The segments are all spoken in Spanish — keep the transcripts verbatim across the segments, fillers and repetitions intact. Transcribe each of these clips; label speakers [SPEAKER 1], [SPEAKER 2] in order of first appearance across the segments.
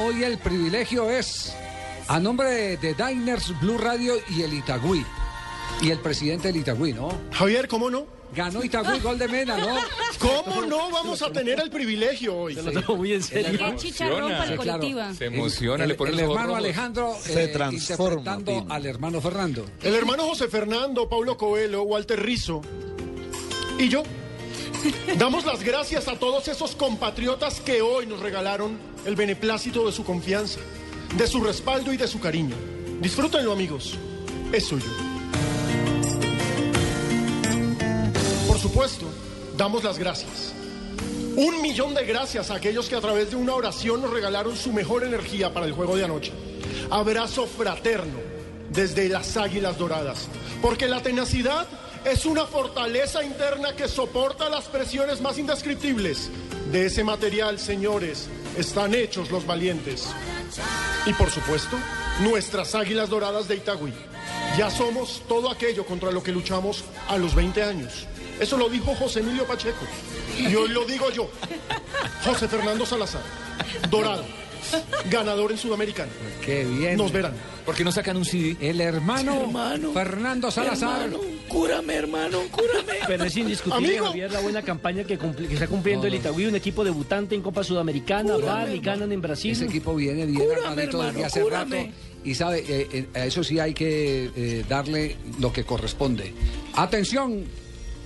[SPEAKER 1] hoy el privilegio es a nombre de, de Diners, Blue Radio y el Itagüí. Y el presidente del Itagüí, ¿no?
[SPEAKER 2] Javier, ¿cómo no?
[SPEAKER 1] Ganó Itagüí, gol de Mena, ¿no?
[SPEAKER 2] ¿Cómo no vamos a tener el privilegio hoy?
[SPEAKER 3] Se lo tomo muy en serio.
[SPEAKER 4] Qué chicharrón para la colectiva.
[SPEAKER 5] Se emociona,
[SPEAKER 1] el,
[SPEAKER 5] le pone
[SPEAKER 1] el
[SPEAKER 5] los ojos
[SPEAKER 1] hermano
[SPEAKER 5] rojos.
[SPEAKER 1] Alejandro
[SPEAKER 6] Se
[SPEAKER 1] eh,
[SPEAKER 6] transforma,
[SPEAKER 1] interpretando
[SPEAKER 6] Pino.
[SPEAKER 1] al hermano Fernando.
[SPEAKER 2] El hermano José Fernando, Paulo Coelho, Walter Rizzo y yo damos las gracias a todos esos compatriotas que hoy nos regalaron el beneplácito de su confianza, de su respaldo y de su cariño. Disfrútenlo, amigos. Es suyo. Por supuesto, damos las gracias. Un millón de gracias a aquellos que a través de una oración nos regalaron su mejor energía para el juego de anoche. Abrazo fraterno desde las Águilas Doradas, porque la tenacidad es una fortaleza interna que soporta las presiones más indescriptibles. De ese material, señores, están hechos los valientes. Y por supuesto, nuestras Águilas Doradas de Itagüí. Ya somos todo aquello contra lo que luchamos a los veinte años. Eso lo dijo José Emilio Pacheco. Y hoy lo digo yo, José Fernando Salazar, Dorado, ganador en Sudamericana.
[SPEAKER 1] Qué bien.
[SPEAKER 2] Nos verán.
[SPEAKER 5] ¿Por qué no sacan un C D?
[SPEAKER 1] El hermano,
[SPEAKER 3] Hermano,
[SPEAKER 1] Fernando Salazar.
[SPEAKER 3] Hermano, cúrame, hermano, cúrame. Pero es indiscutible,
[SPEAKER 2] Amigo.
[SPEAKER 3] Javier, la buena campaña que, cumpli- que está cumpliendo
[SPEAKER 1] No,
[SPEAKER 3] el
[SPEAKER 1] no.
[SPEAKER 3] Itagüí, un equipo debutante en Copa Sudamericana, van y ganan en Brasil.
[SPEAKER 1] Ese equipo viene bien
[SPEAKER 3] Cúrame,
[SPEAKER 1] armadito desde
[SPEAKER 3] hermano,
[SPEAKER 1] hace
[SPEAKER 3] cúrame.
[SPEAKER 1] rato. Y sabe, eh, eh, a eso sí hay que eh, darle lo que corresponde. Atención.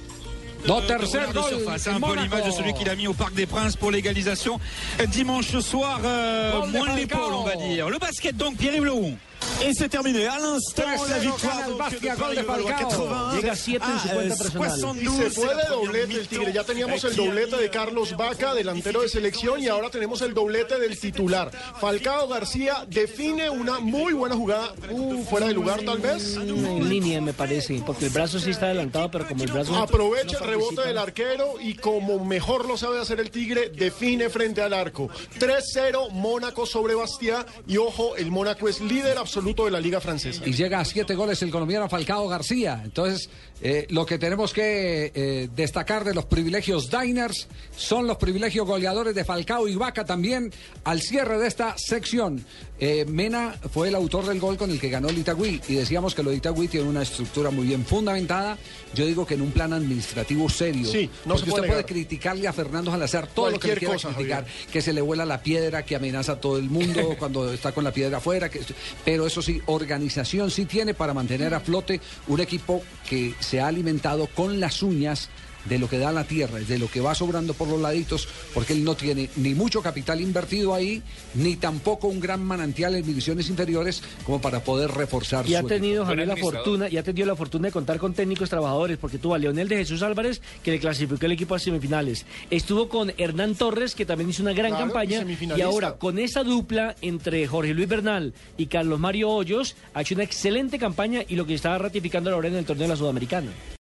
[SPEAKER 1] No, tercer
[SPEAKER 7] Renard de
[SPEAKER 1] gol
[SPEAKER 7] surface,
[SPEAKER 1] en
[SPEAKER 7] un peu l'image de
[SPEAKER 1] Mónaco.
[SPEAKER 7] celui qu'il a mis au Parc des Princes pour l'égalisation dimanche soir, euh,
[SPEAKER 1] Gol de
[SPEAKER 7] moins de l'épaule
[SPEAKER 1] Falcao.
[SPEAKER 7] on va dire. Le basket donc, Pierre-Yves Leroux. Et c'est terminé à l'instant,
[SPEAKER 1] tres
[SPEAKER 7] la
[SPEAKER 1] cero
[SPEAKER 7] victoire
[SPEAKER 1] gana el
[SPEAKER 7] donc,
[SPEAKER 1] Bastia,
[SPEAKER 7] de
[SPEAKER 1] gol de
[SPEAKER 7] Paris-Valois
[SPEAKER 1] Falcao.
[SPEAKER 7] quatre-vingt-un
[SPEAKER 3] Llega a siete en
[SPEAKER 7] à,
[SPEAKER 3] su cuenta
[SPEAKER 7] euh,
[SPEAKER 3] personal.
[SPEAKER 2] Y
[SPEAKER 7] soixante-douze,
[SPEAKER 2] se
[SPEAKER 7] c'est
[SPEAKER 2] fue
[SPEAKER 7] la
[SPEAKER 2] de
[SPEAKER 7] première
[SPEAKER 2] doblete el
[SPEAKER 7] mi-temps.
[SPEAKER 2] Tigre. Ya teníamos el
[SPEAKER 7] Qui a
[SPEAKER 2] doblete
[SPEAKER 7] mis,
[SPEAKER 2] de Carlos Vaca, delantero de selección, y ahora tenemos el doblete del titular. Falcao García define una muy buena jugada, uh, fuera de lugar tal vez.
[SPEAKER 3] En línea, me parece, porque el brazo sí está adelantado, pero como el brazo...
[SPEAKER 2] Aprovecha
[SPEAKER 3] no
[SPEAKER 2] el rebote
[SPEAKER 3] participa-
[SPEAKER 2] del arquero y como mejor lo sabe hacer el Tigre, define frente al arco. tres cero Mónaco sobre Bastia, y ojo, el Mónaco es líder absoluto de la Liga Francesa.
[SPEAKER 1] Y llega a siete goles el colombiano Falcao García. Entonces, eh, lo que tenemos que eh, destacar de los privilegios Diners son los privilegios goleadores de Falcao y Vaca también al cierre de esta sección. Eh, Mena fue el autor del gol con el que ganó el Itagüí y decíamos que lo de Itagüí tiene una estructura muy bien fundamentada. Yo digo que en un plan administrativo serio.
[SPEAKER 2] Sí, no
[SPEAKER 1] porque
[SPEAKER 2] se puede
[SPEAKER 1] usted puede
[SPEAKER 2] negar.
[SPEAKER 1] criticarle a Fernando Salazar todo lo que le
[SPEAKER 2] Cualquier
[SPEAKER 1] quiera
[SPEAKER 2] cosa,
[SPEAKER 1] criticar,
[SPEAKER 2] Javier.
[SPEAKER 1] que se le vuela la piedra, que amenaza a todo el mundo cuando está con la piedra afuera, que, pero eso sí, organización sí tiene para mantener a flote un equipo que se ha alimentado con las uñas de lo que da la tierra, de lo que va sobrando por los laditos, porque él no tiene ni mucho capital invertido ahí, ni tampoco un gran manantial en divisiones inferiores como para poder reforzar
[SPEAKER 3] Y ha
[SPEAKER 1] su
[SPEAKER 3] tenido,
[SPEAKER 1] equipo.
[SPEAKER 3] Javier, la
[SPEAKER 5] administrador.
[SPEAKER 3] fortuna, y ha tenido la fortuna de contar con técnicos trabajadores, porque tuvo a Leonel de Jesús Álvarez, que le clasificó el equipo a semifinales. Estuvo con Hernán Torres, que también hizo una gran
[SPEAKER 2] Claro, y
[SPEAKER 3] campaña. Y
[SPEAKER 2] semifinalista.
[SPEAKER 3] ahora, con esa dupla entre Jorge Luis Bernal y Carlos Mario Hoyos, ha hecho una excelente campaña y lo que estaba ratificando ahora en el torneo de la Sudamericana.